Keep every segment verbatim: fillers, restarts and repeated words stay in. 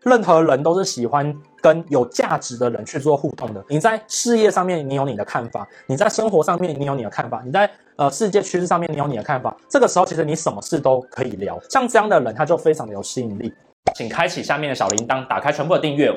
任何人都是喜欢跟有价值的人去做互动的。你在事业上面，你有你的看法；你在生活上面，你有你的看法；你在呃世界趋势上面，你有你的看法。这个时候，其实你什么事都可以聊。像这样的人，他就非常的有吸引力。请开启下面的小铃铛，打开全部的订阅。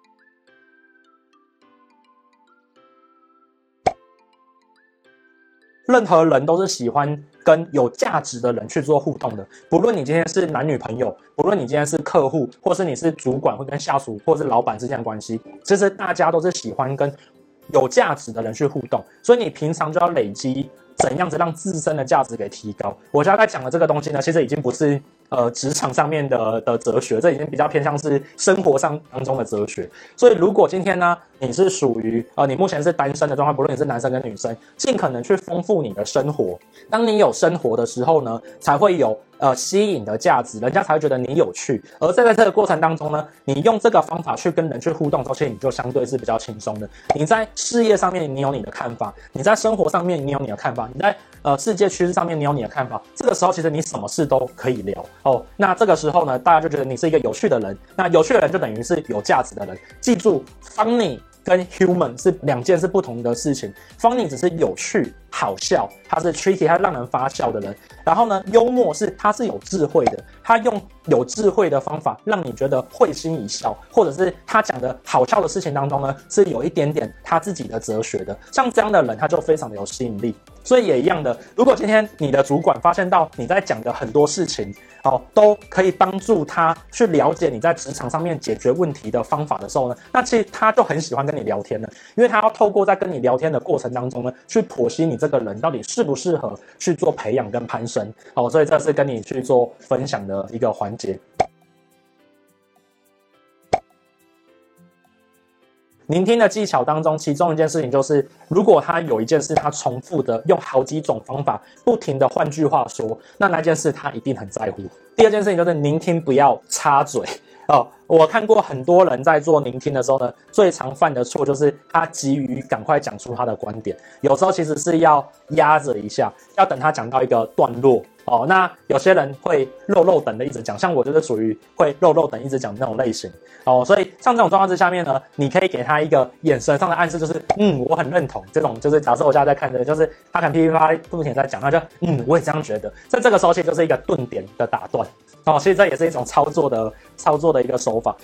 任何人都是喜欢跟有价值的人去做互动的，不论你今天是男女朋友，不论你今天是客户，或是你是主管，或跟下属，或是老板之间的关系，其实大家都是喜欢跟有价值的人去互动，所以你平常就要累积怎样子让自身的价值给提高。我现在在讲的这个东西呢，其实已经不是呃职场上面的的哲学，这已经比较偏向是生活上当中的哲学。所以如果今天呢，你是属于呃你目前是单身的状态，不论你是男生跟女生，尽可能去丰富你的生活。当你有生活的时候呢，才会有呃吸引的价值，人家才会觉得你有趣。而在在这个过程当中呢，你用这个方法去跟人去互动的时候，其实你就相对是比较轻松的。你在事业上面你有你的看法，你在生活上面你有你的看法，你在呃世界趋势上面你有你的看法。这个时候其实你什么事都可以聊哦。那这个时候呢，大家就觉得你是一个有趣的人。那有趣的人就等于是有价值的人。记住 ，funny 跟 human 是两件是不同的事情。funny 只是有趣、好笑，它是 tricky， 它让人发笑的人。然后呢，幽默是他是有智慧的，他用有智慧的方法让你觉得会心一笑，或者是他讲的好笑的事情当中呢，是有一点点他自己的哲学的。像这样的人，他就非常的有吸引力。所以也一样的，如果今天你的主管发现到你在讲的很多事情，哦，都可以帮助他去了解你在职场上面解决问题的方法的时候呢，那其实他就很喜欢跟你聊天了，因为他要透过在跟你聊天的过程当中呢，去剖析你这个人到底适不适合去做培养跟攀升。哦，所以这是跟你去做分享的一个环节。聆听的技巧当中，其中一件事情就是，如果他有一件事，他重复的用好几种方法，不停的换句话说，那那件事他一定很在乎。第二件事情就是聆听，不要插嘴哦。我看过很多人在做聆听的时候呢，最常犯的错就是他急于赶快讲出他的观点，有时候其实是要压着一下，要等他讲到一个段落。哦，那有些人会肉肉等的一直讲，像我就是属于会肉肉等一直讲那种类型。哦，所以像这种状况之下面呢，你可以给他一个眼神上的暗示，就是嗯，我很认同这种，就是假设我现在在看的，就是他可能噼噼啪啪不停在讲，他就嗯，我也这样觉得。在这个时候，其实就是一个顿点的打断。哦，其实这也是一种操作的操作的一个手法。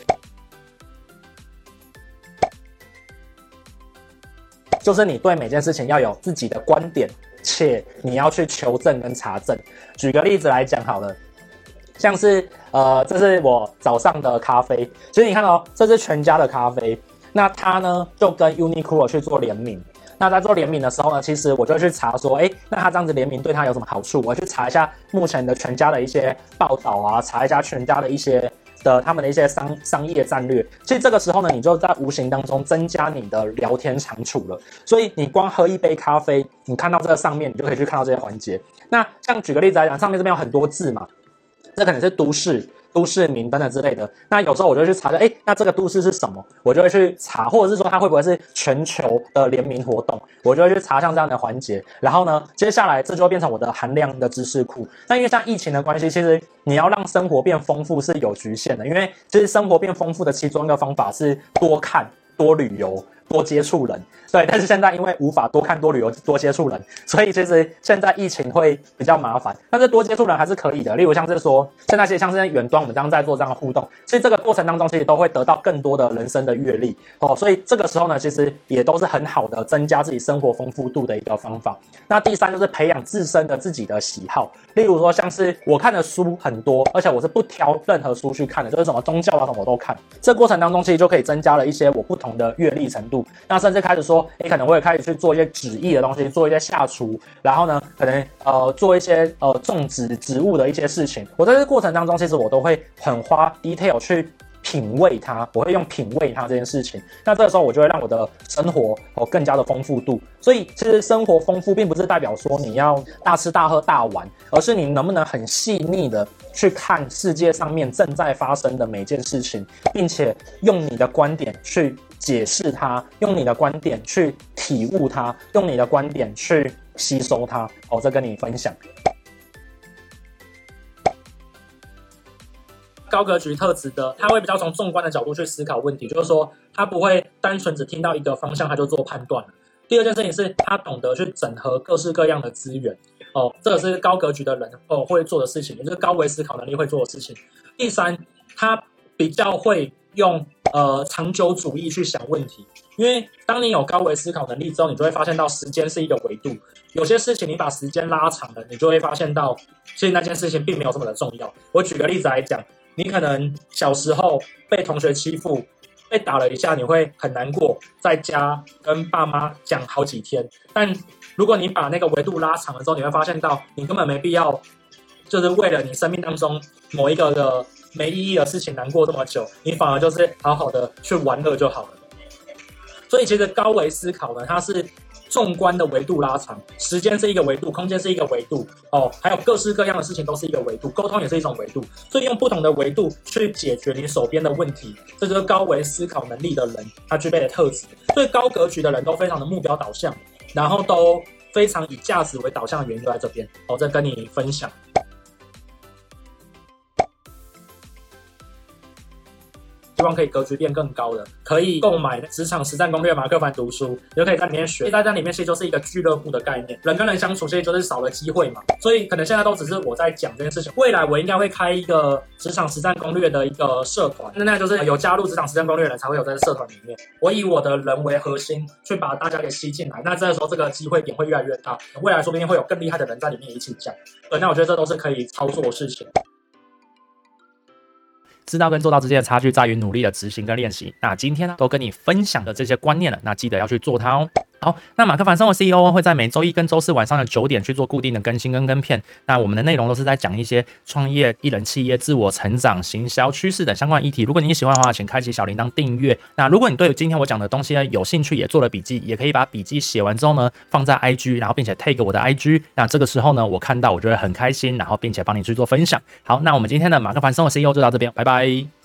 就是你对每件事情要有自己的观点，且你要去求证跟查证。举个例子来讲好了，像是呃，这是我早上的咖啡，其实你看哦，这是全家的咖啡，那它呢就跟 Uniqlo 去做联名。那在做联名的时候呢，其实我就去查说，哎，那他这样子联名对他有什么好处？我去查一下目前的全家的一些报道啊，查一下全家的一些的他们的一些商商业战略。其实这个时候呢，你就在无形当中增加你的聊天长处了。所以你光喝一杯咖啡，你看到这个上面，你就可以去看到这些环节。那像举个例子来讲，上面这边有很多字嘛，这可能是都市。都市名等等之类的，那有时候我就去查，哎，那这个都市是什么？我就会去查，或者是说它会不会是全球的联名活动？我就会去查像这样的环节。然后呢，接下来这就会变成我的含量的知识库。那因为像疫情的关系，其实你要让生活变丰富是有局限的，因为其实生活变丰富的其中一个方法是多看、多旅游、多接触人。对，但是现在因为无法多看多旅游多接触人，所以其实现在疫情会比较麻烦，但是多接触人还是可以的。例如像是说，现在其实像是远端我们这样在做这样的互动，其实这个过程当中其实都会得到更多的人生的阅历哦，所以这个时候呢，其实也都是很好的增加自己生活丰富度的一个方法。那第三就是培养自身的自己的喜好，例如说像是我看的书很多，而且我是不挑任何书去看的，就是什么宗教啊什么我都看。这个过程当中其实就可以增加了一些我不同的阅历程度，那甚至开始说，你可能会开始去做一些纸艺的东西，做一些下厨，然后呢，可能呃做一些呃种植植物的一些事情。我在这个过程当中，其实我都会很花 detail 去品味它，我会用品味它这件事情。那这个时候我就会让我的生活哦更加的丰富度。所以其实生活丰富并不是代表说你要大吃大喝大玩，而是你能不能很细腻的去看世界上面正在发生的每件事情，并且用你的观点去解释它，用你的观点去体悟它，用你的观点去吸收它。哦，这跟你分享。 高格局特质的，他会比较从纵观的角度去思考问题，就是说他不会单纯只听到一个方向他就做判断。第二件事情是他懂得去整合各式各样的资源，哦，这个是高格局的人哦会做的事情，也就是高维思考能力会做的事情。第三，他比较会用呃长久主义去想问题，因为当你有高维思考能力之后，你就会发现到时间是一个维度，有些事情你把时间拉长了，你就会发现到其实那件事情并没有这么的重要。我举个例子来讲，你可能小时候被同学欺负，被打了一下，你会很难过，在家跟爸妈讲好几天。但如果你把那个维度拉长了之后，你会发现到你根本没必要，就是为了你生命当中某一个的没意义的事情难过这么久，你反而就是好好的去玩乐就好了。所以其实高维思考呢，它是纵观的维度拉长，时间是一个维度，空间是一个维度，哦，还有各式各样的事情都是一个维度，沟通也是一种维度，所以用不同的维度去解决你手边的问题，这就是高维思考能力的人他具备的特质。所以高格局的人都非常的目标导向，然后都非常以价值为导向的原因就在这边，我再跟你分享。希望可以格局变更高的，可以购买职场实战攻略马克凡读书，就可以在里面学。在这里面其实就是一个俱乐部的概念，人跟人相处其实就是少了机会嘛，所以可能现在都只是我在讲这件事情。未来我应该会开一个职场实战攻略的一个社团，那那就是有加入职场实战攻略的人才会有在社团里面。我以我的人为核心，去把大家给吸进来。那这个时候这个机会点会越来越大，未来说不定会有更厉害的人在里面一起讲。对，那我觉得这都是可以操作的事情。 知道跟做到之间的差距在于努力的执行跟练习。那今天呢，都跟你分享的这些观念了，那记得要去做它哦。好，那马克凡生活 C E O 会在每周一跟周四晚上的九点去做固定的更新跟跟片。那我们的内容都是在讲一些创业、艺人企业、自我成长、行销、趋势等相关议题。如果你喜欢的话，请开启小铃铛订阅。那如果你对今天我讲的东西呢有兴趣，也做了笔记，也可以把笔记写完之后呢放在 I G， 然后并且 tag 我的 I G。那这个时候呢，我看到我就会很开心，然后并且帮你去做分享。好，那我们今天的马克凡生活 C E O 就到这边，拜拜。